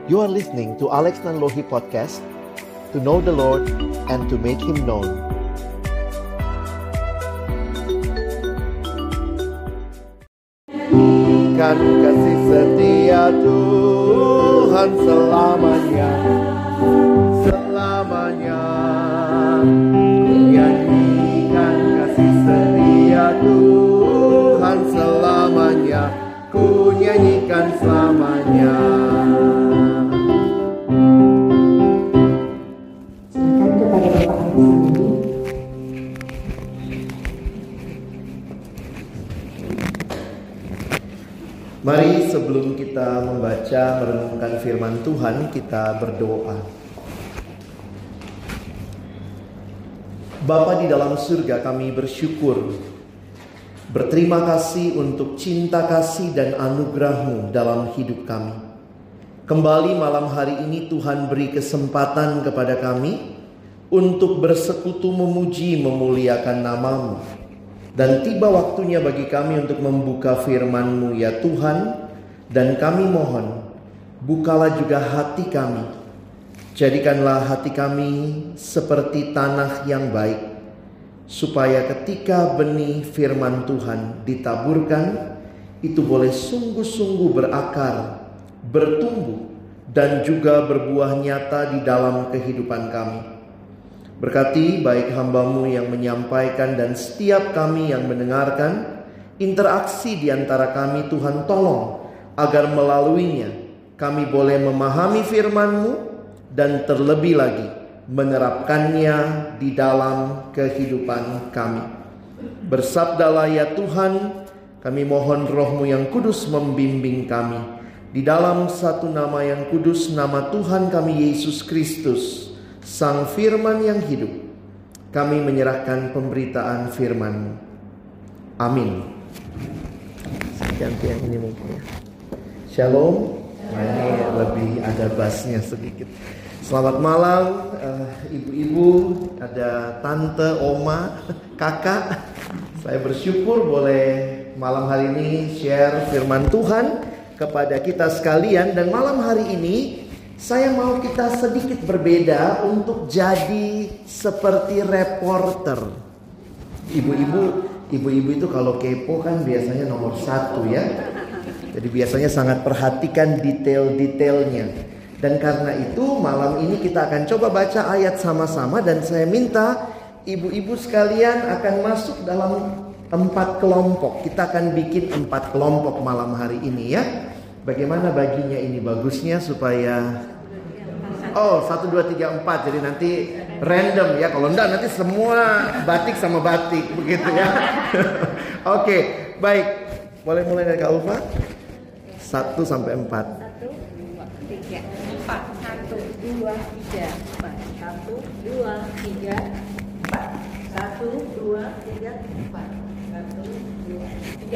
You are listening to Alex Nanlohi Podcast, to know the Lord and to make Him known. Kan kasih setia Tuhan selamanya, selamanya. Ku nyanyikan kasih setia Tuhan selamanya, ku nyanyikan selamanya. Mari sebelum kita membaca merenungkan firman Tuhan, kita berdoa. Bapa di dalam surga, kami bersyukur, berterima kasih untuk cinta kasih dan anugerah-Mu dalam hidup kami. Kembali malam hari ini Tuhan beri kesempatan kepada kami untuk bersekutu memuji memuliakan nama-Mu. Dan tiba waktunya bagi kami untuk membuka firman-Mu ya Tuhan. Dan kami mohon, bukalah juga hati kami. Jadikanlah hati kami seperti tanah yang baik, supaya ketika benih firman Tuhan ditaburkan, itu boleh sungguh-sungguh berakar, bertumbuh, dan juga berbuah nyata di dalam kehidupan kami. Berkati baik hamba-Mu yang menyampaikan dan setiap kami yang mendengarkan. Interaksi di antara kami Tuhan tolong, agar melaluinya kami boleh memahami firman-Mu dan terlebih lagi menerapkannya di dalam kehidupan kami. Bersabdalah ya Tuhan, kami mohon Roh-Mu yang kudus membimbing kami. Di dalam satu nama yang kudus, nama Tuhan kami Yesus Kristus, Sang Firman yang hidup, kami menyerahkan pemberitaan firman-Mu. Amin. Ganti yang ini mungkin ya. Shalom. Ini lebih ada bassnya sedikit. Selamat malam ibu-ibu, ada tante, oma, kakak. Saya bersyukur boleh malam hari ini share firman Tuhan kepada kita sekalian. Dan malam hari ini saya mau kita sedikit berbeda untuk jadi seperti reporter. Ibu-ibu itu kalau kepo kan biasanya nomor 1 ya. Jadi biasanya sangat perhatikan detail-detailnya. Dan karena itu malam ini kita akan coba baca ayat sama-sama. Dan saya minta ibu-ibu sekalian akan masuk dalam 4 kelompok. Kita akan bikin 4 kelompok malam hari ini ya. Bagaimana baginya ini bagusnya supaya 1, 2, 3, 4. Jadi nanti random ya. Kalau enggak nanti semua batik sama batik begitu ya. Oke, baik. Boleh mulai dari Kak Ulfa? 1 sampai 4. 1, 2, 3, 4. 1, 2, 3, 4. 1, 2, 3, 4. 1, 2, 3, 4. 1, 2, 3.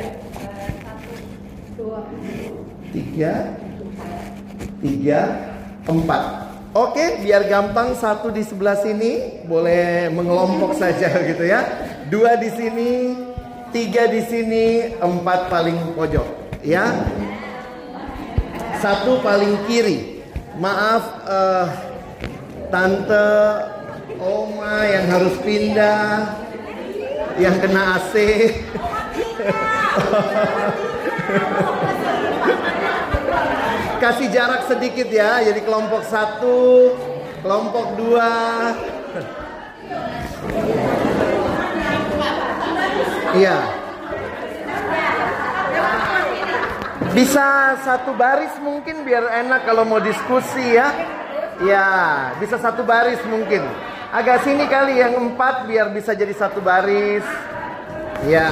1, 2, 3, 4. Oke, biar gampang 1 di sebelah sini, boleh mengelompok saja gitu ya. 2 di sini, 3 di sini, 4 paling pojok ya. 1 paling kiri. Maaf tante, oma yang harus pindah, yang kena AC. Kasih jarak sedikit ya. Jadi kelompok 1, kelompok 2. Iya. Bisa 1 baris mungkin biar enak kalau mau diskusi ya. Ya, bisa 1 baris mungkin. Agak sini kali yang 4 biar bisa jadi 1 baris. Ya.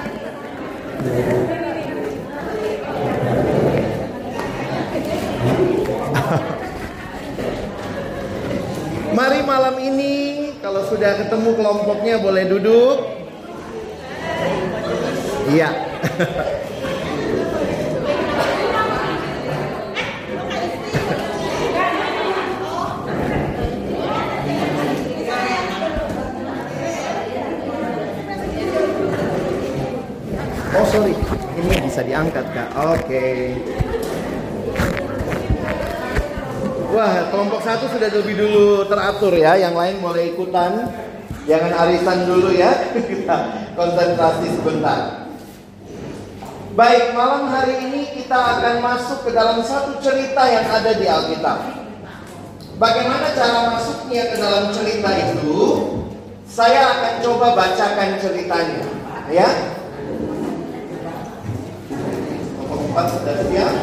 Mari malam ini kalau sudah ketemu kelompoknya boleh duduk. Iya. Oh sorry, ini bisa diangkat Kak. Oke. Wah, kelompok 1 sudah lebih dulu teratur ya. Yang lain boleh ikutan. Jangan arisan dulu ya. Kita konsentrasi sebentar. Baik, malam hari ini kita akan masuk ke dalam satu cerita yang ada di Alkitab. Bagaimana cara masuknya ke dalam cerita itu? Saya akan coba bacakan ceritanya, ya. Kelompok 4 sudah siap?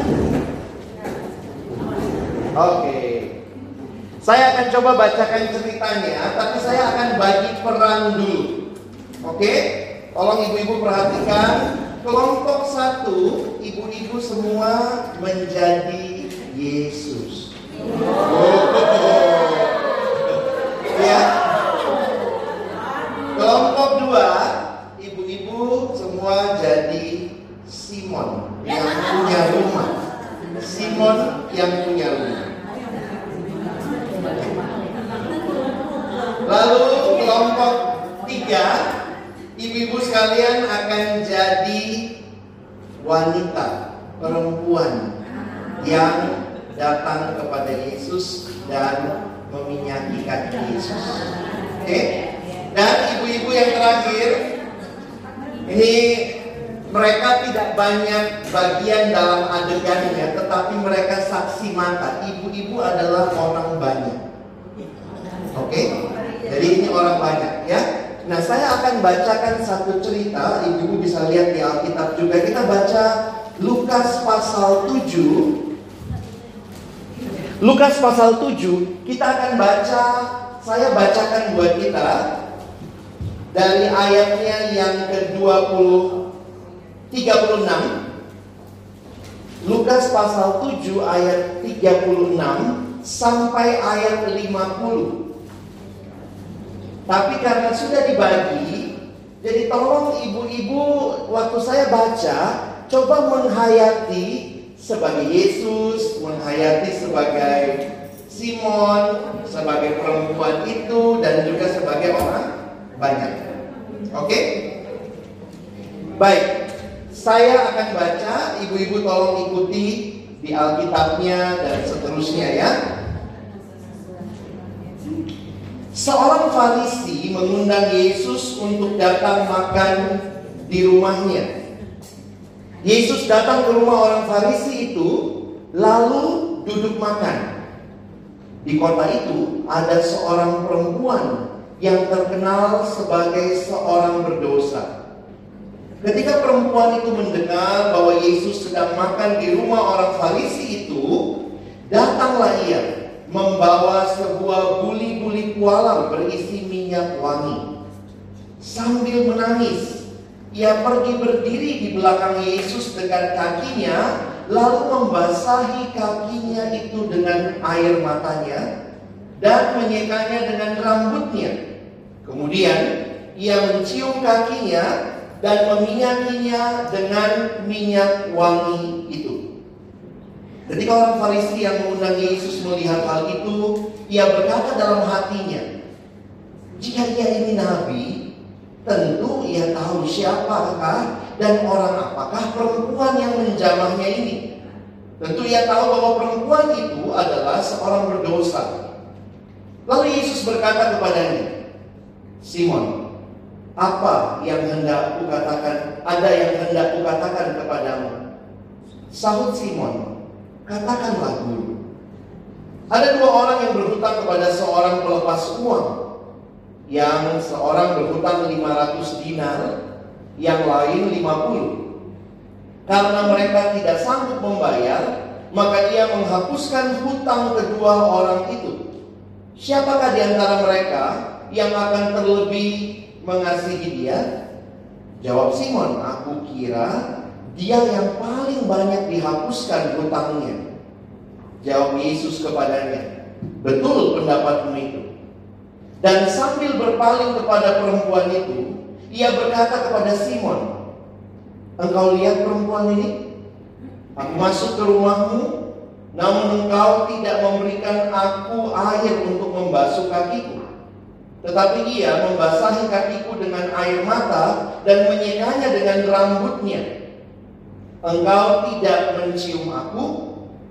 Oke. Saya akan coba bacakan ceritanya, tapi saya akan bagi peran dulu. Oke? Tolong ibu-ibu perhatikan. Kelompok 1, ibu-ibu semua menjadi Yesus. Ya. Kelompok 2, ibu-ibu semua jadi Simon yang punya rumah. Simon yang punya rumah. Lalu kelompok 3, ibu-ibu sekalian akan jadi wanita, perempuan yang datang kepada Yesus dan meminyaki kaki Yesus. Oke? Dan ibu-ibu yang terakhir, ini mereka tidak banyak bagian dalam adegannya, tetapi mereka saksi mata. Ibu-ibu adalah orang banyak. Oke? Jadi ini orang banyak ya. Nah, saya akan bacakan satu cerita. Ibu-ibu bisa lihat di Alkitab juga. Kita baca Lukas pasal 7. Lukas pasal 7, kita akan baca, saya bacakan buat kita dari ayatnya yang ke-36. Lukas pasal 7 ayat 36 sampai ayat 50. Tapi karena sudah dibagi, jadi tolong ibu-ibu waktu saya baca, coba menghayati sebagai Yesus, menghayati sebagai Simon, sebagai perempuan itu, dan juga sebagai orang banyak. Oke? Baik, saya akan baca, ibu-ibu tolong ikuti di Alkitabnya dan seterusnya ya. Seorang Farisi mengundang Yesus untuk datang makan di rumahnya. Yesus datang ke rumah orang Farisi itu, lalu duduk makan. Di kota itu ada seorang perempuan yang terkenal sebagai seorang berdosa. Ketika perempuan itu mendengar bahwa Yesus sedang makan di rumah orang Farisi itu, datanglah ia membawa sebuah buli-buli kualam berisi minyak wangi. Sambil menangis, ia pergi berdiri di belakang Yesus dengan kakinya, lalu membasahi kakinya itu dengan air matanya dan menyekanya dengan rambutnya. Kemudian ia mencium kakinya dan meminyakinya dengan minyak wangi itu. Ketika orang Farisi yang mengundang Yesus melihat hal itu, ia berkata dalam hatinya, jika ia ini nabi, tentu ia tahu siapakah dan orang apakah perempuan yang menjamahnya ini. Tentu ia tahu bahwa perempuan itu adalah seorang berdosa. Lalu Yesus berkata kepadanya, Simon, apa yang hendak kukatakan? Ada yang hendak kukatakan kepadamu? Sahut Simon, katakanlah guru. Ada dua orang yang berhutang kepada seorang pelepas uang. Yang seorang berhutang 500 dinar, yang lain 50. Karena mereka tidak sanggup membayar, maka ia menghapuskan hutang kedua orang itu. Siapakah di antara mereka yang akan terlebih mengasihi dia? Jawab Simon, aku kira dia yang paling banyak dihapuskan hutangnya. Jawab Yesus kepadanya, betul pendapatmu itu. Dan sambil berpaling kepada perempuan itu, ia berkata kepada Simon, engkau lihat perempuan ini? Aku masuk ke rumahmu, namun engkau tidak memberikan aku air untuk membasuh kakiku. Tetapi ia membasahi kakiku dengan air mata dan menyekanya dengan rambutnya. Engkau tidak mencium aku,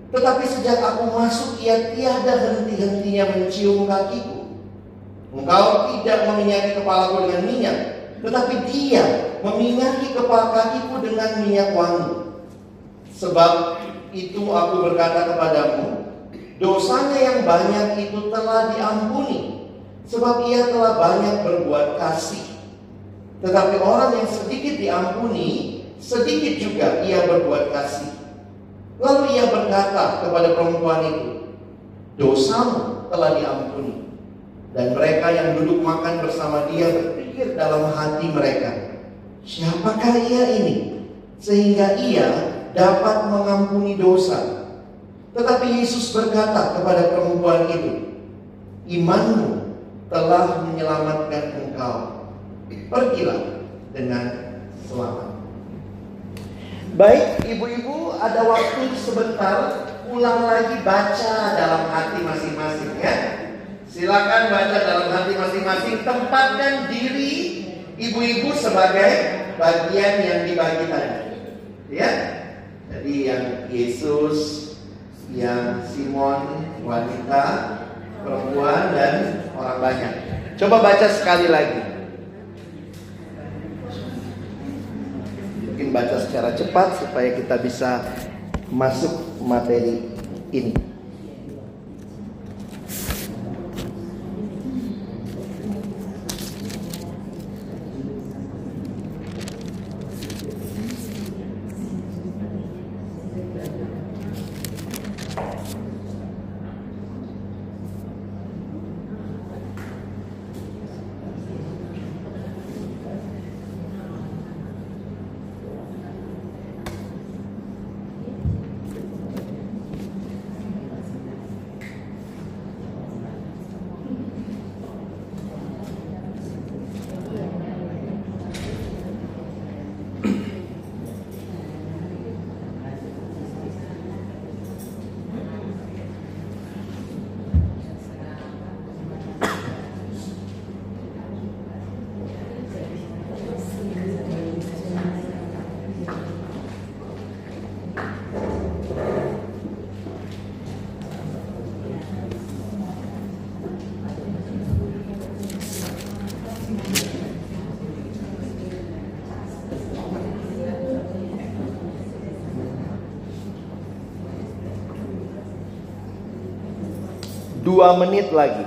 Tetapi sejak aku masuk, ia tiada henti-hentinya mencium kakiku. Engkau tidak meminyaki kepalaku dengan minyak, tetapi dia meminyaki kepala kakiku dengan minyak wangi. Sebab itu aku berkata kepadamu, dosanya yang banyak itu telah diampuni, sebab ia telah banyak berbuat kasih. Tetapi orang yang sedikit diampuni, sedikit juga ia berbuat kasih. Lalu ia berkata kepada perempuan itu, dosamu telah diampuni. Dan mereka yang duduk makan bersama dia berpikir dalam hati mereka, siapakah ia ini, sehingga ia dapat mengampuni dosa? Tetapi Yesus berkata kepada perempuan itu, imanmu telah menyelamatkan engkau. Pergilah dengan selamat. Baik, ibu-ibu, ada waktu sebentar, ulang lagi baca dalam hati masing-masing ya. Silakan baca dalam hati masing-masing. Tempatkan diri ibu-ibu sebagai bagian yang dibagi tadi. Ya. Jadi yang Yesus, yang Simon, wanita, perempuan, dan orang banyak. Coba baca sekali lagi. Mungkin baca secara cepat supaya kita bisa masuk materi ini. Dua menit lagi.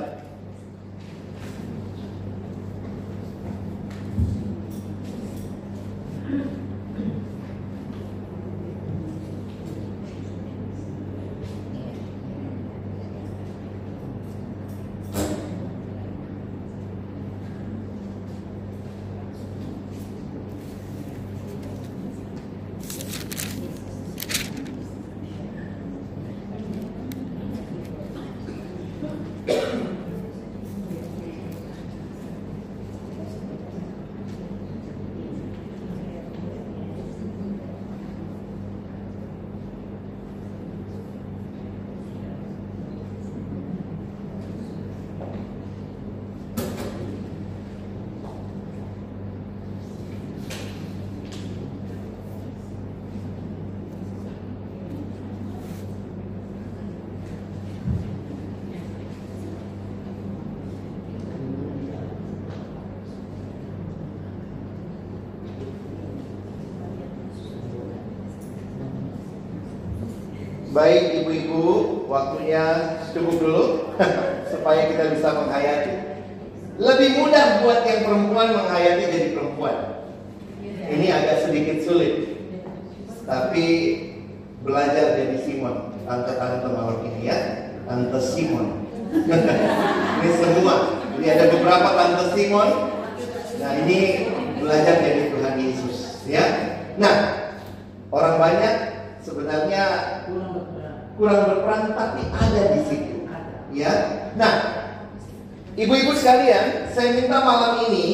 Baik ibu-ibu, waktunya cukup dulu supaya kita bisa menghayati. Lebih mudah buat yang perempuan menghayati jadi perempuan. Ini agak sedikit sulit, tapi belajar jadi Simon, tante-tante malam ini ya, tante Simon. Ini semua. Jadi ada beberapa tante Simon. Nah ini belajar jadi Tuhan Yesus, ya. Nah, orang banyak sebenarnya kurang berperan, tapi ada di situ, ya. Nah, ibu-ibu sekalian, saya minta malam ini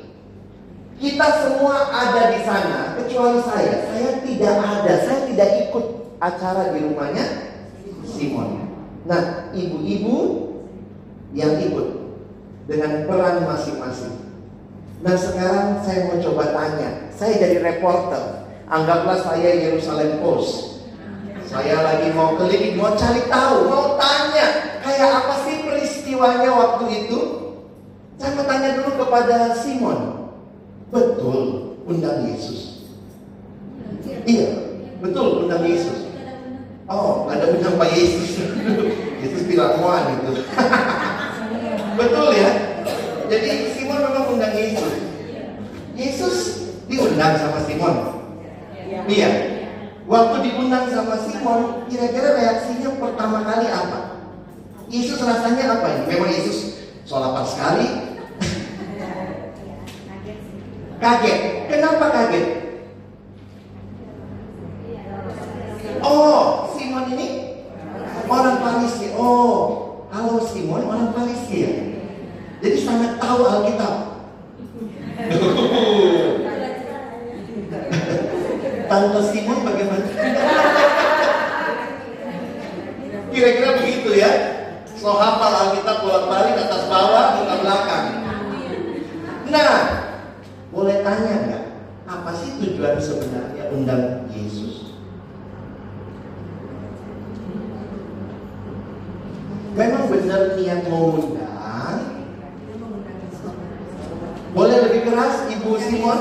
kita semua ada di sana, kecuali saya. Saya tidak ada, saya tidak ikut acara di rumahnya Simon. Nah, ibu-ibu yang ikut dengan peran masing-masing. Nah, sekarang saya mau coba tanya. Saya jadi reporter. Anggaplah saya Yerusalem Post. Saya lagi mau keliling, mau cari tahu, mau tanya kayak apa sih peristiwanya waktu itu. Saya mau tanya dulu kepada Simon, betul undang Yesus? Iya, betul undang Yesus. Oh, ada undang Pak Yesus. Yesus bilang wah gitu. Betul ya. Jadi Simon memang undang Yesus. Yesus diundang sama Simon. Iya. Waktu diundang sama Simon, kira-kira reaksinya pertama kali apa? Yesus rasanya apa ini? Memang Yesus solapan sekali. Kaget. Kenapa kaget? Oh, Simon ini orang Farisi. Oh, kalau Simon orang Farisi ya. Jadi sangat tahu Alkitab. Tante Simon bagaimana? Kira-kira begitu ya. So hafal Alkitab bolak-balik atas bawah, muka belakang. Nah, boleh tanya nggak? Apa sih tujuan sebenarnya undang Yesus? Memang benar niat mau undang. Boleh lebih keras, Ibu Simon?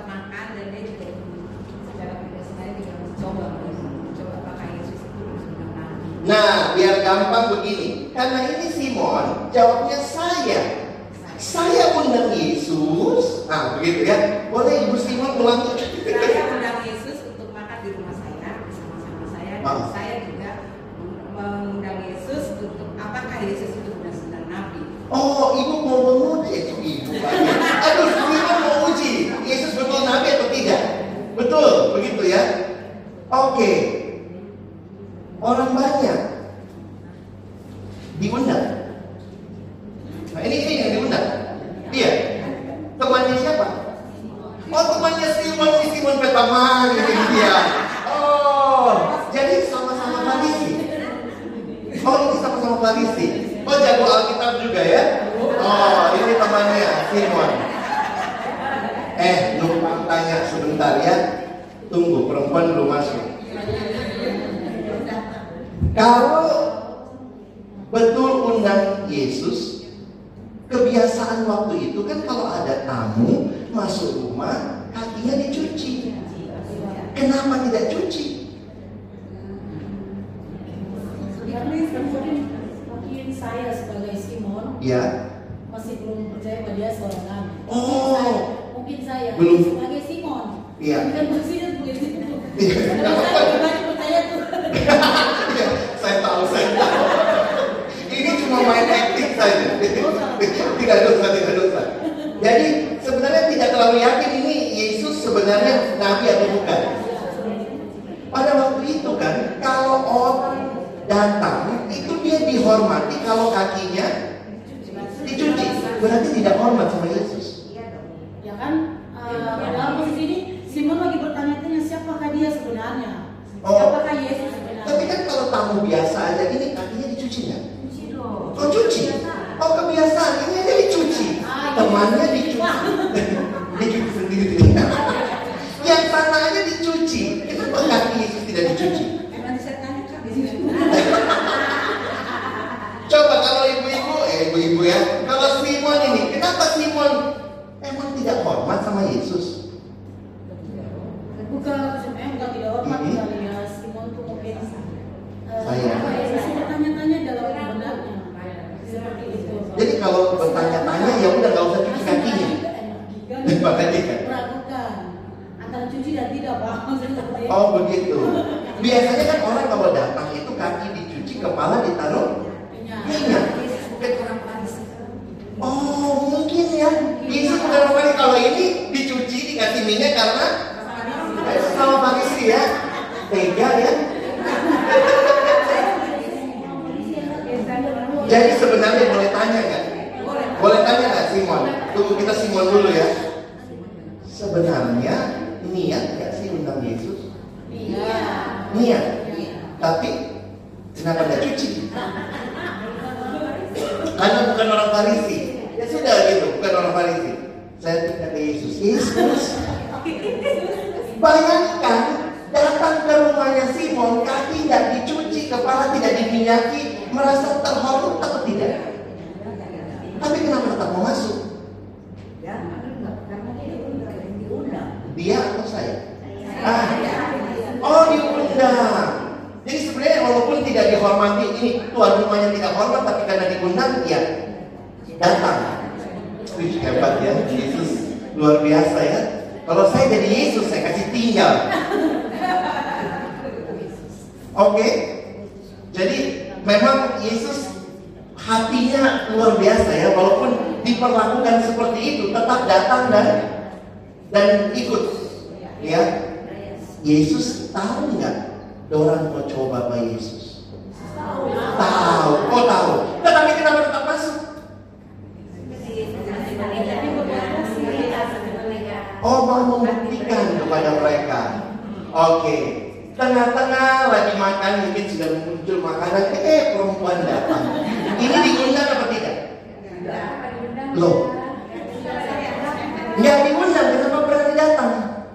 Nah, biar gampang begini. Karena ini Simon, jawabnya saya. Saya undang Yesus. Nah, begitu ya. Boleh Ibu Simon ulang? Saya undang Yesus untuk makan di rumah saya bersama-sama saya. Dan saya juga mengundang Yesus untuk apakah Yesus itu benar-benar nabi? Oh, Ibu mau menguji Ibu. Aduh, Simon mau uji. Yesus betul nabi atau tidak? Betul, begitu ya. Oke. Orang banyak diundang. Nah, ini yang diundang. Iya. Temannya siapa? Oh, temannya Simon, si Simon pertama ini dia. Oh, jadi sama-sama Farisi. Oh, ini sama-sama Farisi. Oh, jago Alkitab juga ya. Oh, ini temannya Simon. Lupa tanya sebentar ya. Tunggu, perempuan belum masuk. Kalau betul undang Yesus, kebiasaan waktu itu kan kalau ada tamu masuk rumah, kakinya dicuci. Kenapa tidak cuci? Mungkin saya sebagai Simon Ya. masih belum percaya bahwa dia seorang nabi. Oh. Mungkin saya Belum. sebagai Simon. Iya. Kan maksudnya begitu. Iya. Saya pribadi percaya tuh. Saya tahu. Ini cuma main acting saja. Tidak dosa. Jadi sebenarnya tidak terlalu yakin ini Yesus sebenarnya nabi atau bukan. Pada waktu itu kan, kalau orang datang itu dia dihormati kalau kakinya dicuci. Berarti tidak hormat sama Yesus. Ya kan? Dalam posisi ini Simon lagi bertanya-tanya siapakah dia sebenarnya? Siapakah Yesus sebenarnya? Tapi kan kalau tamu biasa aja ini kakinya dicuci nggak? Cuci dong. Oh, cuci. Oh, kebiasaan ini aja dicuci. Temannya dicuci. Dicuci sendiri. Yang sana aja dicuci. Kenapa kaki Yesus tidak dicuci? Nanti saya tanya kan di sini. Coba kalau ibu-ibu ya. Kalau Simon ini, kenapa Simon emang tidak hormat sama Yesus? Bukan tidak hormat kali ya. Simon tuh mungkin Saya. masih bertanya-tanya dalam kebenarannya. Seperti itu. Jadi kalau bertanya-tanya ya udah nggak usah cuci kakinya. Makanya kan. Meragukan antara cuci dan tidak, Pak. Oh begitu. Biasanya kan orang kalau datang itu kaki dicuci, kepala ditaruh minyak. Oh mungkin ya. Yesus bukan orang Farisi. Kalau ini dicuci dikasih minyak karena sama Farisi ya. Tega ya. Jadi sebenarnya boleh tanya nggak? Boleh tanya nggak Simon? Tunggu kita Simon dulu ya. Sebenarnya niat nggak sih undang Yesus? Niat. Tapi kenapa nggak cuci? Karena bukan orang Farisi. Ya sudah gitu, bukan orang Farisi. Saya tanya ke Yesus. Yesus, bayangkan datang ke rumahnya Simon, kaki nggak diminyaki merasa terhormat atau tidak? Tapi kenapa tetap mau masuk? Dia atau saya? Oh, diundang. Jadi sebenarnya walaupun tidak dihormati, ini tuan rumahnya tidak hormat, tapi karena diundang, ya datang. Wih, hebat ya, Yesus luar biasa ya. Kalau saya jadi Yesus, saya kasih tinggal. Oke. Jadi memang Yesus hatinya luar biasa ya, walaupun diperlakukan seperti itu, tetap datang dan ikut. Ya, Yesus tahu nggak orang mau coba Pak Yesus? Tahu, oh tahu. Tetapi kenapa tetap masuk? Oh, mau membuktikan kepada mereka. Oke. Tengah-tengah lagi makan, mungkin sudah muncul makanan. Perempuan datang. Ini diundang apa tidak? Loh, nggak diundang, kenapa berani datang?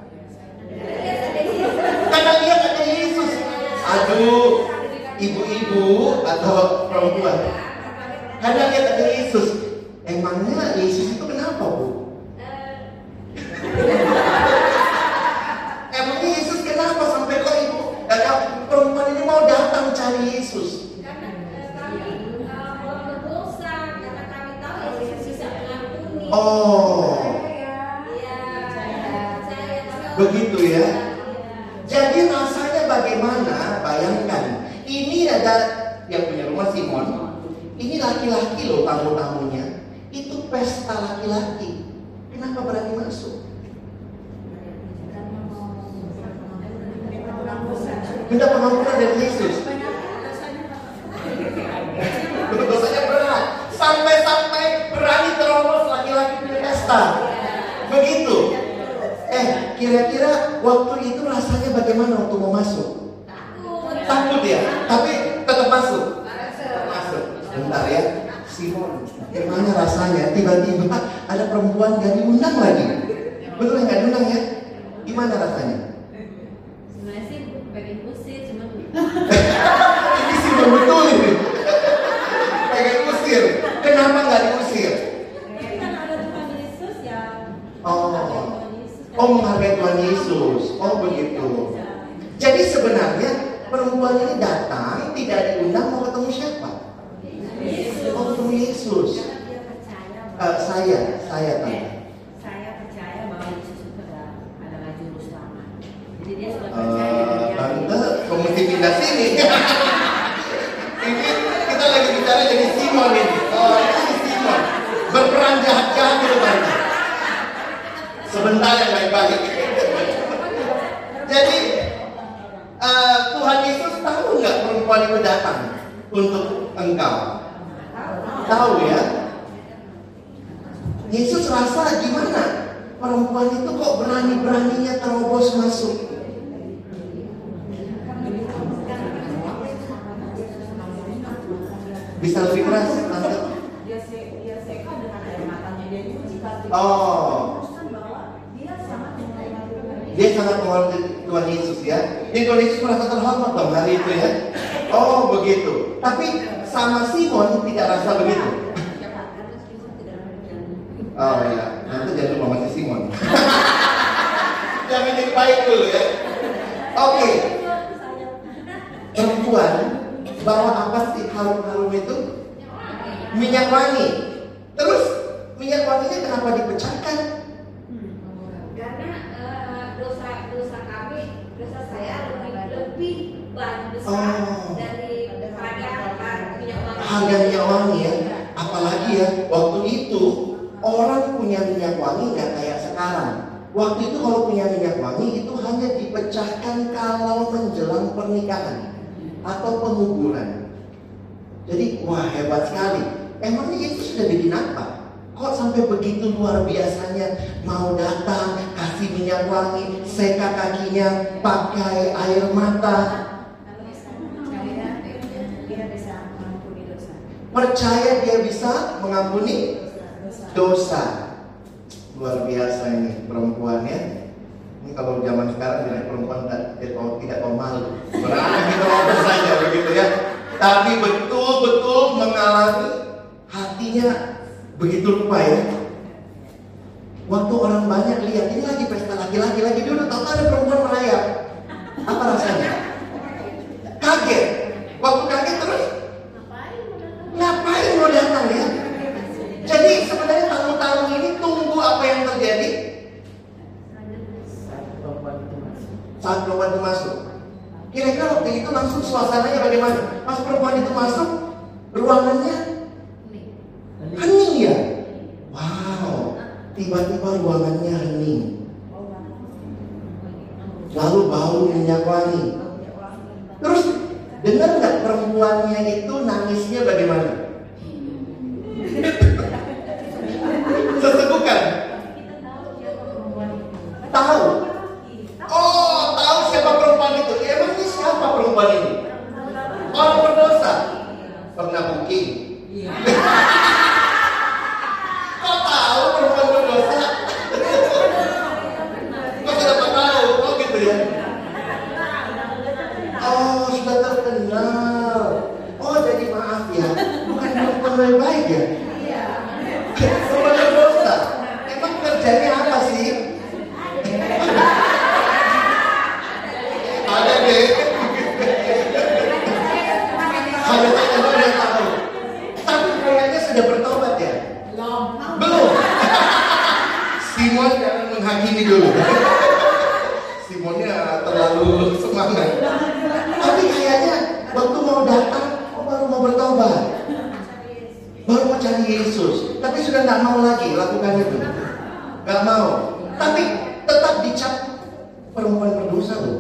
Karena lihat ada Yesus. Aduh, ibu-ibu atau perempuan, karena lihat ada Yesus. Emangnya Yesus itu kenapa, Bu? Emangnya Yesus kenapa sampai kok ibu perempuan ini mau datang cari Yesus? Oh, begitu ya. Jadi rasanya bagaimana? Bayangkan, ini ada yang punya rumah Simon. Ini laki-laki loh tamu-tamunya. Itu pesta laki-laki. Kenapa berani masuk? Minta pengampunan dari Yesus. Dosanya berat. Sampai berani terobos laki-laki punya pesta. Begitu. Kira-kira waktu itu rasanya bagaimana waktu mau masuk? Takut ya, tapi tetap masuk. Masuk. Bentar ya, Simon. Gimana rasanya? Tiba-tiba ada perempuan gak diundang lagi. Betul nggak diundang ya? Gimana rasanya? Sebenarnya sih pengen usir, cuma Ini Simon betul ini. Pengen usir. Kenapa nggak diusir? kan ada Tuhan Yesus yang menghargai Tuhan Yesus. Oh begitu. Jadi sebenarnya perempuan ini datang tidak diundang, mau ketemu siapa? Mau ketemu Yesus. Saya tanya. Saya percaya bahwa Yesus itu adalah juru selamat. Jadi dia sudah percaya. Tante, kamu mesti pindah sini. Ini kita lagi bicara jadi Simon ini. Oh, ini Simon berperan jahat-jahat di depannya. Sebentar yang baik-baik. Jadi Tuhan Yesus tahu nggak perempuan itu datang untuk engkau? Tahu ya. Yesus rasa gimana? Perempuan itu kok berani-beraninya terobos masuk? Bisa lebih keras, Tante? Dia seka dengan air matanya, dia nyuci kaki. Oh. Dia sangat menghormati Tuhan Yesus ya. Ini Tuhan Yesus merasa terhormat dong hari itu ya. Oh begitu. Tapi sama Simon tidak rasa begitu. Oh ya, nanti jangan lupa masih Simon. Jangan jadi baik dulu ya. Oke. Perempuan bawa apa sih harum-harum itu? Minyak wangi. Terus minyak wanginya kenapa dipecahkan? Karena dosa kami, dosa saya lebih besar daripada minyak wangi. Harga minyak wangi ya. Apalagi ya waktu itu orang punya minyak wangi nggak kayak sekarang. Waktu itu kalau punya minyak wangi itu hanya dipecahkan kalau menjelang pernikahan atau penguburan. Jadi wah hebat sekali. Emangnya itu sudah bikin apa? Kok sampai begitu luar biasanya mau datang kasih minyak wangi, seka kakinya pakai air mata. Percaya dia bisa mengampuni dosa. Luar biasa ini perempuan ya. Ini kalau zaman sekarang bilang perempuan tidak tahu malu. Berani terobos saja begitu ya. Tapi betul-betul mengalami hatinya begitu lupa ya. Waktu orang banyak lihat ini lagi pesta laki-laki lagi, dia udah tahu ada perempuan merayap. Apa rasanya? Kaget. Waktu kaget terus ngapain mau datang ya? Jadi sebenarnya tamu-tamu ini tunggu apa yang terjadi saat perempuan itu masuk. Kira-kira waktu itu langsung suasananya bagaimana? Pas perempuan itu masuk, ruangannya hening ya? Wow, tiba-tiba ruangannya hening. Lalu bau minyak wangi. Terus dengar nggak perempuannya itu nangisnya bagaimana? Sesegukan? Tahu? Oh, tahu siapa perempuan itu? Ya, emang ini siapa perempuan ini? Orang berdosa. Pernah booking? Kok tahu perempuan berdosa? Kok sudah tahu? Oh gitu ya? Oh, sudah terkenal. Oh, jadi maaf ya, bukan perempuan baik ya? Perempuan berdosa. Emang kerjanya apa sih? Ada deh. Harusnya kamu udah tahu. Tapi kayaknya sudah bertobat ya? Belum. Simon jangan menghakimi dulu. Simonnya terlalu semangat. Tapi kayaknya waktu mau datang, baru mau bertobat, baru mau cari Yesus. Tapi sudah nggak mau lagi lakukan itu. Nggak mau. Tapi tetap dicap perempuan berdosa loh.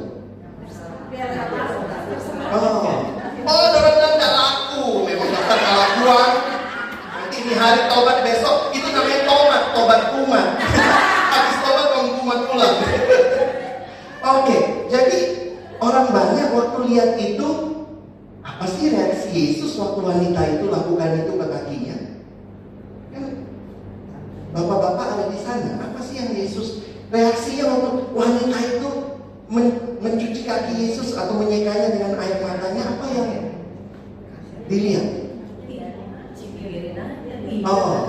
Oh, orang nggak laku. Memang dasar kelakuan. Nanti ini hari tobat besok, itu namanya tobat kumat. Habis tobat mau kumat pulang. Oke, jadi orang banyak waktu lihat itu, apa sih reaksi Yesus waktu wanita itu lakukan itu ke kakinya? Kan bapak-bapak ada di sana. Apa sih yang Yesus reaksinya waktu wanita itu mencuci kaki Yesus atau menyekanya dengan air matanya? Apa yang dilihat? Oh,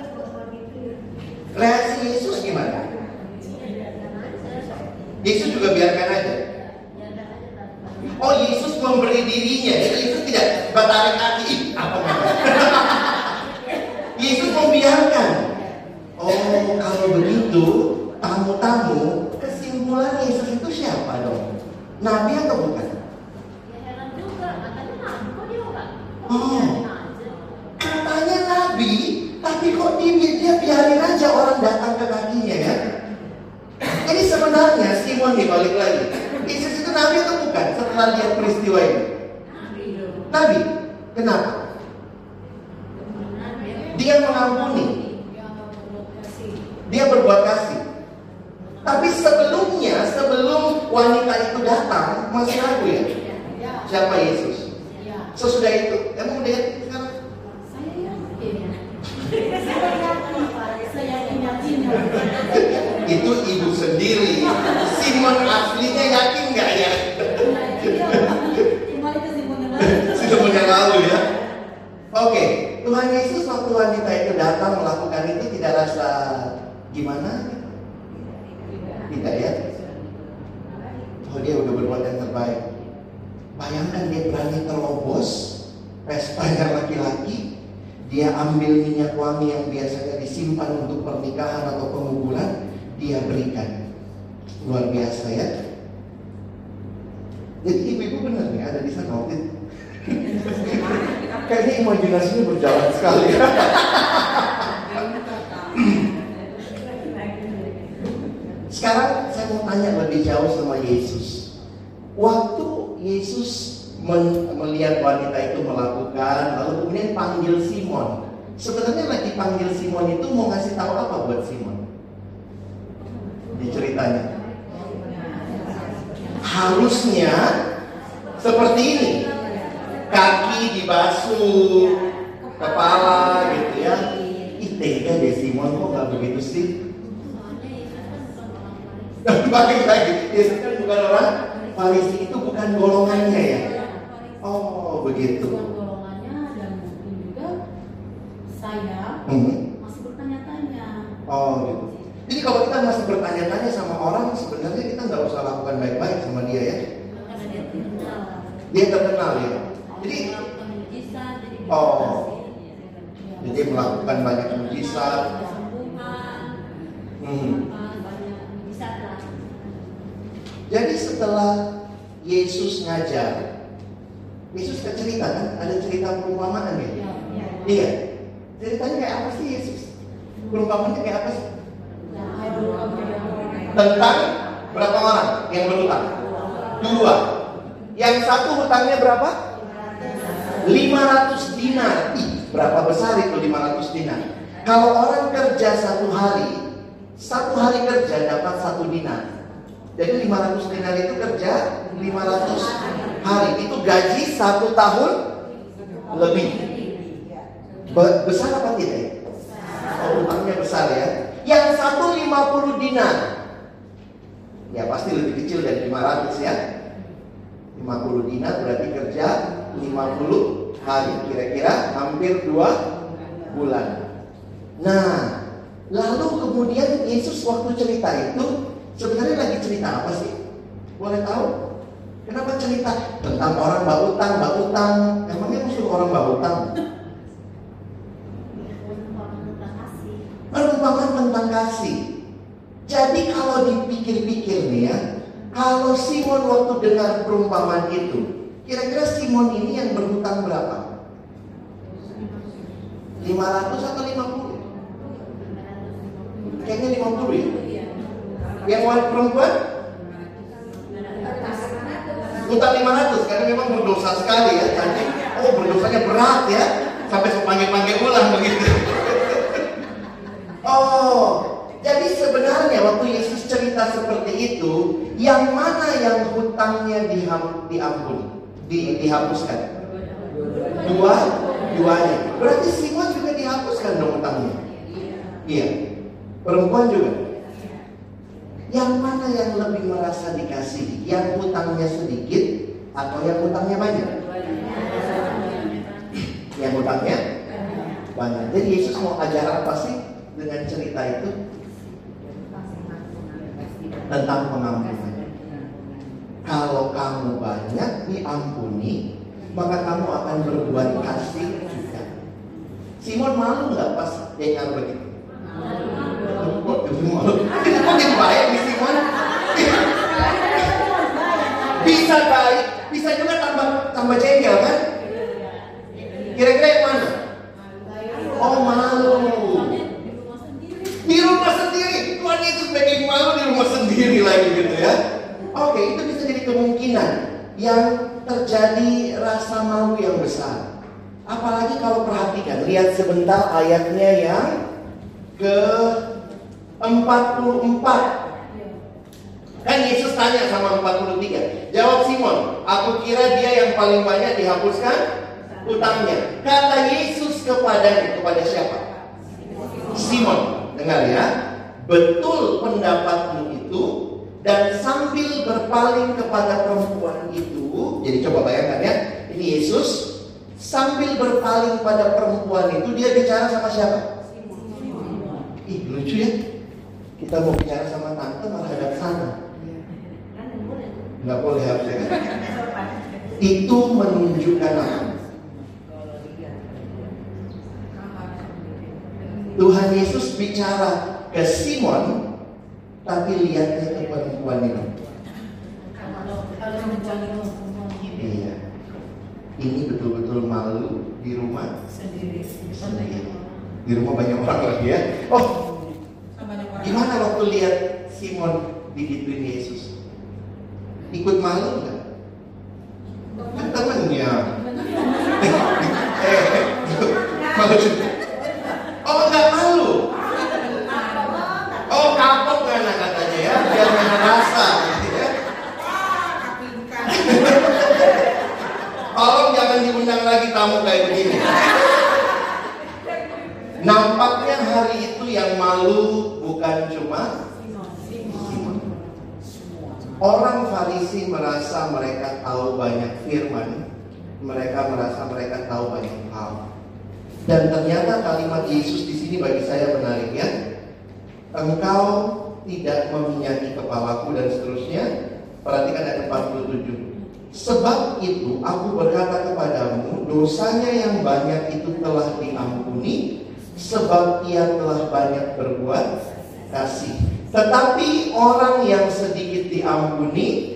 reaksi Yesus gimana? Yesus juga biarkan aja. Oh, Yesus memberi dirinya. Jadi Yesus tidak bertarik kaki. Apa namanya? Yesus membiarkan. Oh, kalau begitu, tamu-tamu, kesimpulan Yesus itu siapa dong? Nabi atau bukan? Oh, katanya Nabi, tapi kok dia biarin aja orang datang ke kakinya ya? Jadi sebenarnya Simon nih balik lagi. Yesus itu Nabi atau bukan? Setelah lihat peristiwa ini, Nabi. Kenapa? Dia mengampuni. Dia berbuat kasih. Tapi sebelumnya, sebelum wanita itu datang, masih ragu ya? Siapa Yesus? Sesudah itu, emang udah yakin sekarang? Itu ibu sendiri. Simon aslinya yakin nggak ya? Simon yang lalu ya. Oke, Tuhan Yesus waktu wanita itu datang melakukan itu tidak rasa gimana? Tidak ya? Oh, dia udah berbuat yang terbaik. Bayangkan dia berani terobos pestanya laki-laki. Dia ambil minyak wangi yang biasanya disimpan untuk pernikahan atau penguburan, dia berikan. Luar biasa ya. Jadi ibu-ibu benar nih ada di sana waktu itu. Kayaknya imajinasinya berjalan sekali. Sekarang saya mau tanya lebih jauh sama Yesus. Waktu Yesus melihat wanita itu melakukan, lalu kemudian panggil Simon. Sebenarnya lagi panggil Simon itu mau ngasih tahu apa buat Simon? Di ceritanya. Harusnya seperti ini. Kaki dibasuh, kepala gitu ya. Tega deh Simon, kok gak begitu sih? Balik lagi, Yesus kan bukan orang Farisi, itu bukan golongannya ya. Oh, begitu. Golongannya dan mungkin juga saya masih bertanya-tanya. Oh gitu. Jadi kalau kita masih bertanya-tanya sama orang, sebenarnya kita nggak usah lakukan baik-baik sama dia ya. Karena dia terkenal. Dia terkenal ya. Jadi melakukan mujizat, jadi jadi melakukan banyak mujizat. Banyak mujizat lah. Jadi setelah Yesus ngajar, Yesus kan cerita kan, ada cerita perumpamaan ya? Iya. Ceritanya kayak apa sih Yesus? Perumpamaannya kayak apa sih? Tentang berapa orang yang berhutang? 2. Yang satu hutangnya berapa? 500 dinar. Ih, berapa besar itu 500 dinar? Kalau orang kerja 1 hari kerja dapat 1 dinar. Jadi 500 dinar itu kerja 500 hari. Itu gaji 1 tahun lebih. Besar apa tidak? Oh, hutangnya besar ya. Yang satu 50 dinar. Ya pasti lebih kecil dari 500 ya. 50 dinar berarti kerja 50 hari. Kira-kira hampir 2 bulan. Nah, lalu kemudian Yesus waktu cerita itu sebenarnya lagi cerita apa sih? Boleh tahu? Kenapa cerita tentang orang bahutang? Emangnya musuh orang bahutang? Perumpamaan tentang kasih. Jadi kalau dipikir-pikir nih ya, kalau Simon waktu dengar perumpamaan itu, kira-kira Simon ini yang berhutang berapa? 500 atau 50? Kayaknya 50 ya. Yang wanita perempuan? Hutang 500 karena memang berdosa sekali ya. Jadi, berdosanya berat ya, sampai panggil-panggil ulang begitu. Jadi sebenarnya waktu Yesus cerita seperti itu, yang mana yang hutangnya dihapuskan? Duanya. Berarti Simon juga dihapuskan dong hutangnya. Iya. Perempuan juga. Yang mana yang lebih merasa dikasihi? Yang hutangnya sedikit atau yang hutangnya banyak? Yang hutangnya banyak. Jadi Yesus mau ajar apa sih dengan cerita itu? Tentang pengampunan. Kalau kamu banyak diampuni, maka kamu akan berbuat kasih juga. Simon malu nggak pas dengar begitu? Mungkin baik di Simon. Bisa baik, bisa juga tambah jengkel kan? Kira-kira yang mana? Oh, malu. Di rumah sendiri. Tuhan Yesus bikin malu di rumah sendiri lagi gitu ya. Oke, itu bisa jadi kemungkinan yang terjadi rasa malu yang besar. Apalagi kalau perhatikan, lihat sebentar ayatnya yang ke-44. Kan Yesus tanya sama 43. Jawab Simon, aku kira dia yang paling banyak dihapuskan utangnya. Kata Yesus kepada siapa? Simon. Dengar ya, betul pendapatmu itu. Dan sambil berpaling kepada perempuan itu, jadi coba bayangkan ya, ini Yesus sambil berpaling pada perempuan itu, dia bicara sama siapa? Ih, lucu ya. Kita mau bicara sama tante malah hadap sana. Nggak boleh harusnya kan? Itu menunjukkan apa? Tuhan Yesus bicara ke Simon, tapi lihatnya ke perempuan ini. Iya. Ini betul-betul malu di rumah sendiri. Di rumah banyak orang lagi ya. Oh, gimana waktu lihat Simon digituin Yesus? Ikut malu nggak? Kan temennya. Malu juga. Oh, nggak malu. Oh, kapok kan katanya ya, biar nggak rasa gitu ya. Tolong jangan diundang lagi tamu kayak begini. Nampaknya hari itu yang malu bukan cuma Simon. Orang Farisi merasa mereka tahu banyak firman, mereka merasa mereka tahu banyak hal. Dan ternyata kalimat Yesus di sini bagi saya menarik ya. Engkau tidak meminyaki kepalaku dan seterusnya. Perhatikan ayat 47. Sebab itu aku berkata kepadamu, dosanya yang banyak itu telah diampuni, sebab ia telah banyak berbuat kasih. Tetapi orang yang sedikit diampuni,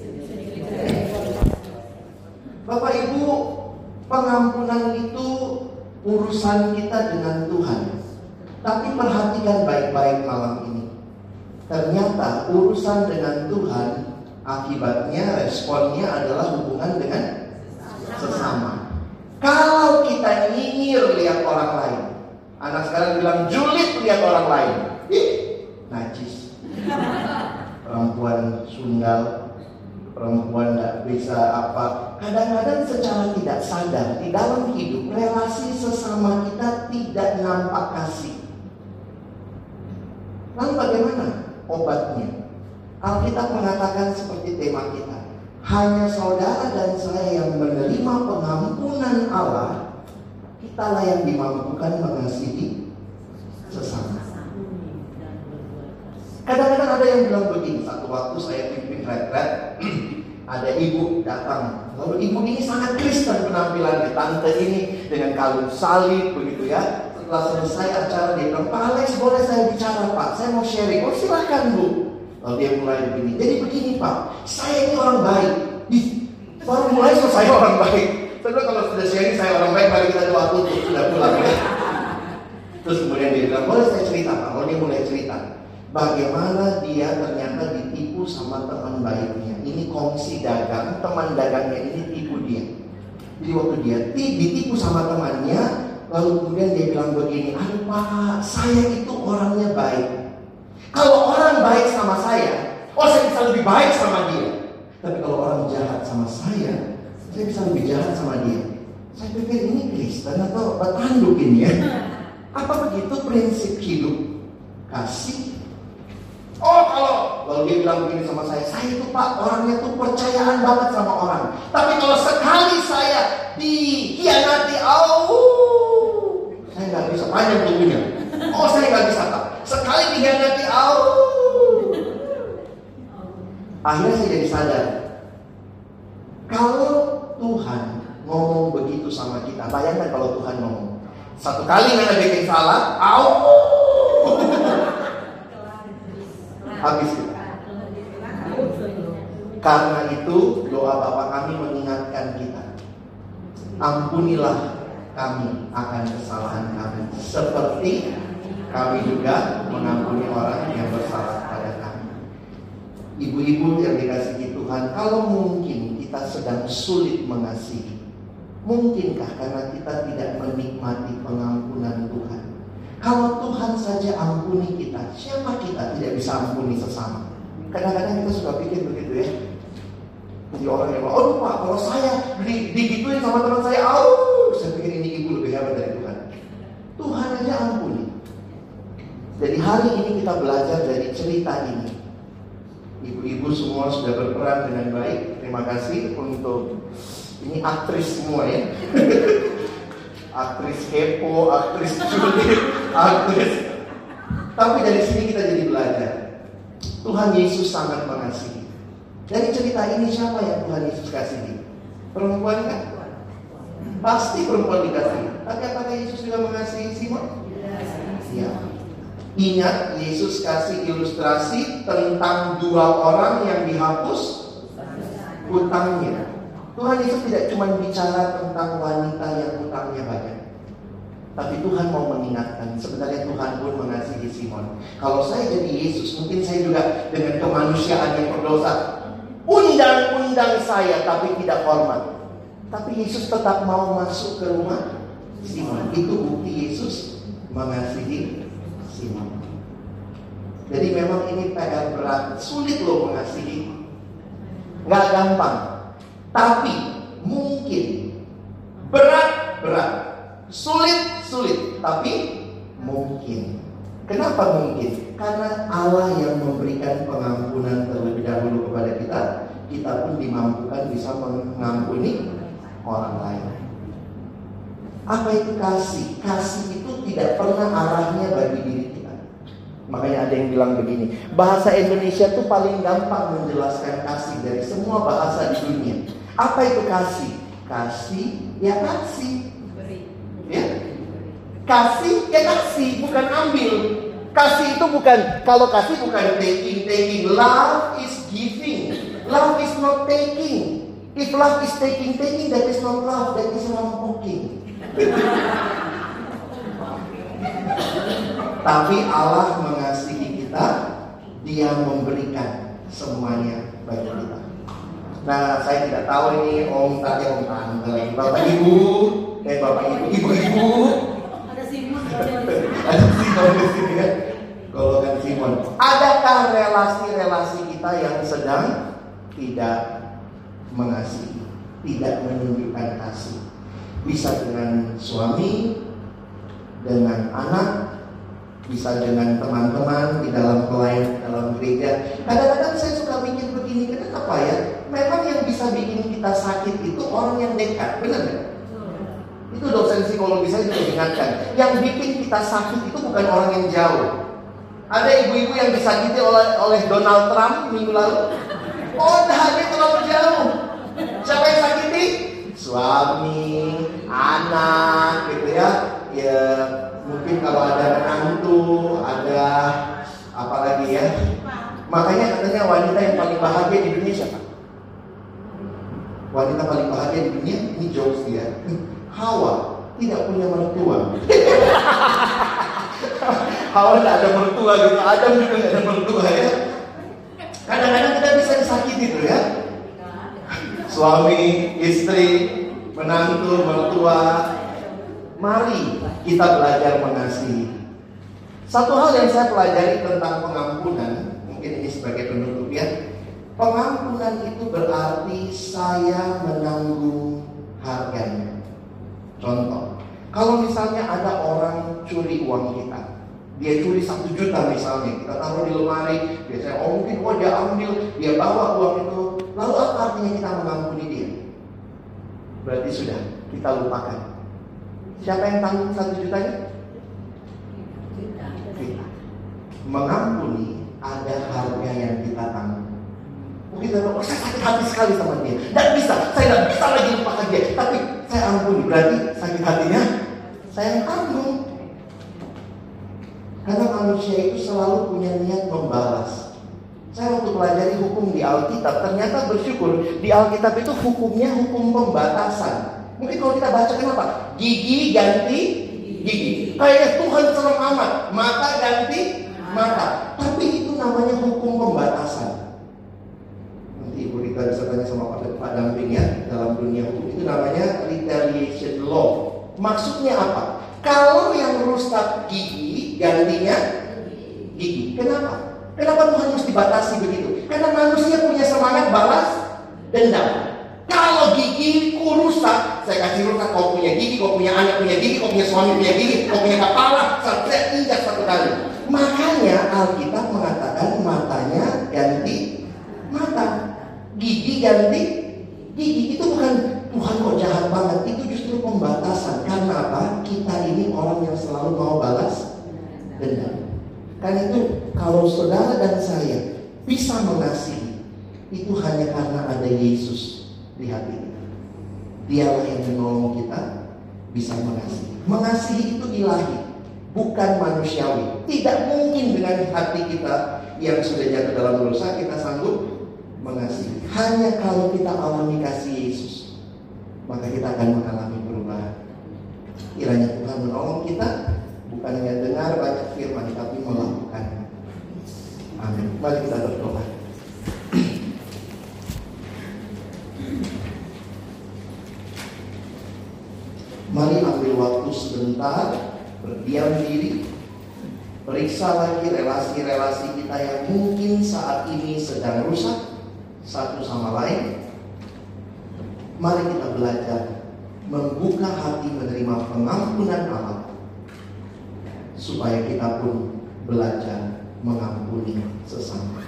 Bapak Ibu, pengampunan itu urusan kita dengan Tuhan. Tapi perhatikan baik-baik malam ini. Ternyata urusan dengan Tuhan, akibatnya, responnya adalah hubungan dengan sesama. Kalau kita nyinyir lihat orang lain, anak sekarang bilang julid lihat orang lain, najis. Perempuan sundal, perempuan gak bisa apa. Kadang-kadang secara tidak sadar di dalam hidup relasi sesama kita tidak nampak kasih. Lalu bagaimana obatnya? Alkitab mengatakan seperti tema kita, hanya saudara dan saya yang menerima pengampunan Allah, kitalah yang dimampukan mengasihi sesama. Kadang-kadang ada yang bilang begini, satu waktu saya pimpin retret, ada ibu datang, lalu ibu ini sangat Kristen penampilannya, tante ini dengan kalung salib begitu ya. Setelah selesai acara dia bilang, Pak Alex boleh saya bicara Pak, saya mau sharing. Oh silakan Bu. Lalu dia mulai begini, jadi begini Pak, saya ini orang baik. Baru mulai selesai orang baik. Saya kalau sudah sharing saya orang baik, mari kita doa tutup, sudah pulang ya. Terus kemudian dia bilang, boleh saya cerita Pak. Lalu dia mulai cerita bagaimana dia ternyata ditipu sama teman baiknya. Ini kongsi dagang, teman dagangnya ini tipu dia. Jadi waktu dia ditipu sama temannya, lalu kemudian dia bilang begini, aduh Pak, saya itu orangnya baik. Kalau orang baik sama saya, saya bisa lebih baik sama dia. Tapi kalau orang jahat sama saya bisa lebih jahat sama dia. Saya pikir ini Kristen atau bertanduk ini ya. Apa begitu prinsip hidup? Kasih. Kalau dia bilang begini sama saya itu Pak, orangnya tuh percayaan banget sama orang. Tapi kalau sekali saya dikhianati, saya nggak bisa panjang tunggunya. Saya nggak bisa Pak. Sekali dikhianati, akhirnya saya jadi sadar. Kalau Tuhan ngomong begitu sama kita, bayangkan kalau Tuhan ngomong satu kali nggak bikin salah, habis kita. Karena itu doa Bapa kami mengingatkan kita, ampunilah kami akan kesalahan kami, seperti kami juga mengampuni orang yang bersalah pada kami. Ibu-ibu yang dikasihi Tuhan, kalau mungkin kita sedang sulit mengasihi, mungkinkah karena kita tidak menikmati pengampunan Tuhan? Kalau Tuhan saja ampuni kita, siapa kita tidak bisa ampuni sesama? Kadang-kadang kita suka pikir begitu ya. Jadi orang yang bilang, Pak, kalau saya digituin sama teman saya, saya pikir ini ibu lebih hebat dari Tuhan. Tuhan aja ampuni. Jadi hari ini kita belajar dari cerita ini. Ibu-ibu semua sudah berperan dengan baik. Terima kasih untuk ini aktris semua ya. Aktris kepo, aktris julid, aktris. Tapi dari sini kita jadi belajar. Tuhan Yesus sangat mengasihi. Dari cerita ini siapa yang Tuhan Yesus kasihi? Perempuan kan? Pasti perempuan dikasihi. Tapi apakah Yesus juga mengasihi Simon? Iya. Ingat, Yesus kasih ilustrasi tentang dua orang yang dihapus hutangnya. Tuhan Yesus tidak cuma bicara tentang wanita yang hutangnya banyak, tapi Tuhan mau mengingatkan, sebenarnya Tuhan pun mengasihi Simon. Kalau saya jadi Yesus, mungkin saya juga dengan kemanusiaan yang berdosa, undang-undang saya tapi tidak hormat. Tapi Yesus tetap mau masuk ke rumah Simon. Itu bukti Yesus mengasihi Simon. Jadi memang ini PR berat, sulit loh mengasihi. Nggak gampang. Tapi mungkin. Berat, sulit, tapi mungkin. Kenapa mungkin? Karena Allah yang memberikan pengampunan terlebih dahulu kepada kita, kita pun dimampukan bisa mengampuni orang lain. Apa itu kasih? Kasih itu tidak pernah arahnya bagi diri kita. Makanya ada yang bilang begini, bahasa Indonesia tuh paling gampang menjelaskan kasih dari semua bahasa di dunia. Apa itu kasih? Kasih ya kasih. Ya? Kasih ya kasih, bukan ambil. Kasih itu bukan, kalau kasih bukan taking. Love is giving. Love is not taking. If love is taking, that is not love, that is rampoking. Tapi Allah mengasihi kita, Dia memberikan semuanya bagi kita. Nah, saya tidak tahu ini om tante, bapak ibu, ibu. Ada Simon. Ada Simon di sini ya. Golongan Simon. Adakah relasi-relasi kita yang sedang tidak mengasihi, tidak menunjukkan kasih? Bisa dengan suami, dengan anak, bisa dengan teman-teman di dalam pelayan, dalam gereja. Kadang-kadang saya suka mikir begini, kenapa ya? Memang yang bisa bikin kita sakit itu orang yang dekat, benar nggak? Itu dosen psikologi saya juga ingatkan. Yang bikin kita sakit itu bukan orang yang jauh. Ada ibu-ibu yang disakiti oleh Donald Trump minggu lalu. Oh, dia terlalu jauh. Siapa yang sakiti? Suami, anak, gitu ya. Ya, mungkin kalau ada menantu, ada apa lagi ya. Makanya katanya wanita yang paling bahagia di dunia siapa? Wanita paling bahagia di dunia, ini jokes dia. Hawa, tidak punya mertua. Hawa tidak ada mertua gitu, Adam juga tidak ada mertua ya. Kadang-kadang kita bisa disakiti tuh ya. Suami, istri, menantu, mertua. Mari kita belajar mengasihi. Satu hal yang saya pelajari tentang pengampunan, mungkin ini sebagai penutup ya. Pengampunan itu berarti saya menanggung harganya. Contoh, kalau misalnya ada orang curi uang kita, dia curi 1 juta misalnya, kita taruh di lemari, biasanya mungkin dia ambil, dia bawa uang itu. Lalu apa artinya kita mengampuni dia? Berarti sudah, kita lupakan. Siapa yang tanggung 1 jutanya? Kita. Mengampuni ada harga yang kita tanggung. Mungkin saya sakit hati sekali sama dia, tidak bisa, saya tidak bisa lagi lupakan dia, tapi saya ampuni. Berarti sakit hatinya saya yang tanggung. Karena manusia itu selalu punya niat membalas. Saya waktu pelajari hukum di Alkitab, ternyata bersyukur di Alkitab itu hukumnya hukum pembatasan. Mungkin kalau kita baca kenapa? Gigi ganti gigi. Kayak Tuhan serem amat, mata ganti mata. Tapi itu namanya hukum pembatasan. Nanti Ibu Rita bisa tanya sama Pak Damping ya, dalam dunia hukum itu namanya retaliation law. Maksudnya apa? Kalau yang rusak gigi, gantinya gigi. Kenapa? Kenapa Tuhan mesti batasi begitu? Karena manusia punya semangat balas dendam. Kalau gigiku rusak, saya kasih rusak. Kau punya gigi, kau punya anak punya gigi, kau punya suami punya gigi, kau punya kepala. Saya ingat 1 kali. Makanya Alkitab mengatakan matanya ganti mata, gigi ganti gigi. Itu bukan Tuhan kok jahat banget. Itu justru pembatasan. Karena apa? Kita ini orang yang selalu mau balas dendam. Karena itu kalau saudara dan saya bisa mengasihi, itu hanya karena ada Yesus di hati kita. Dialah yang menolong kita bisa mengasihi. Mengasihi itu ilahi, bukan manusiawi. Tidak mungkin dengan hati kita yang sudah jatuh dalam dosa kita sanggup mengasihi. Hanya kalau kita alami kasih Yesus, maka kita akan mengalami perubahan. Kiranya Tuhan menolong kita, bukan hanya dengar banyak firman, tapi melakukan. Amin. Mari kita berdoa. Mari ambil waktu sebentar, berdiam diri, periksa lagi relasi-relasi kita yang mungkin saat ini sedang rusak satu sama lain. Mari kita belajar membuka hati menerima pengampunan Allah, supaya kita pun belajar mengampuni sesama.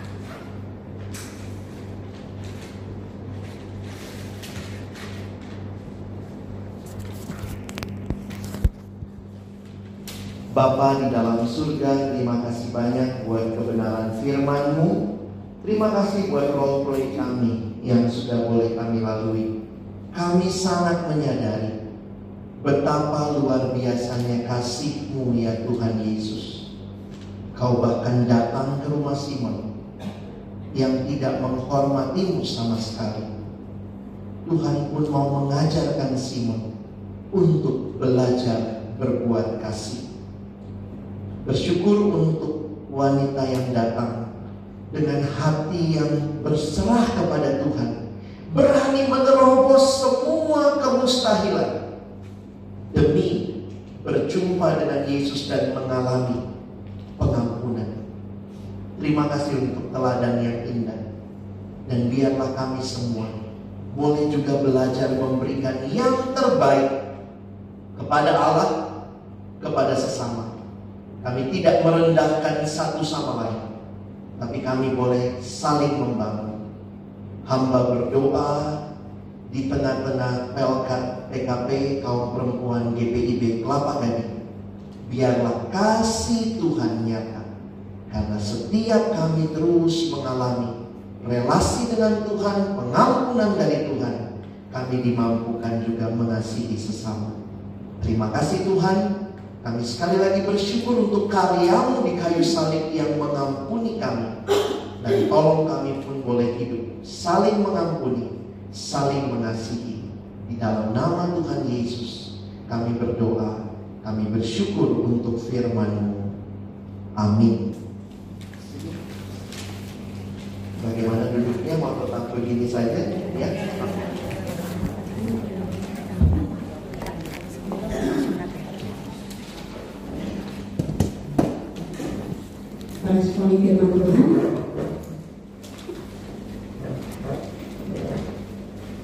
Bapa di dalam surga, terima kasih banyak buat kebenaran firman-Mu. Terima kasih buat role play kami yang sudah boleh kami lalui. Kami sangat menyadari betapa luar biasanya kasih-Mu ya Tuhan Yesus. Kau bahkan datang ke rumah Simon yang tidak menghormati-Mu sama sekali. Tuhan pun mau mengajarkan Simon untuk belajar berbuat kasih. Bersyukur untuk wanita yang datang dengan hati yang berserah kepada Tuhan, berani menerobos semua kemustahilan demi berjumpa dengan Yesus dan mengalami pengampunan. Terima kasih untuk teladan yang indah. Dan biarlah kami semua boleh juga belajar memberikan yang terbaik kepada Allah, kepada sesama. Kami tidak merendahkan satu sama lain, tapi kami boleh saling membangun. Hamba berdoa di tengah-tengah PKP kaum perempuan GPIB Kelapa Gading, biarlah kasih Tuhan nyata. Karena setiap kami terus mengalami relasi dengan Tuhan, pengampunan dari Tuhan, kami dimampukan juga mengasihi sesama. Terima kasih Tuhan. Kami sekali lagi bersyukur untuk karya-Mu di kayu salib yang mengampuni kami. Dan tolong kami pun boleh hidup saling mengampuni, saling mengasihi. Di dalam nama Tuhan Yesus kami berdoa, kami bersyukur untuk firman-Mu. Amin. Bagaimana duduknya? Mau tetap begini saja ya? Responi firman Tuhan.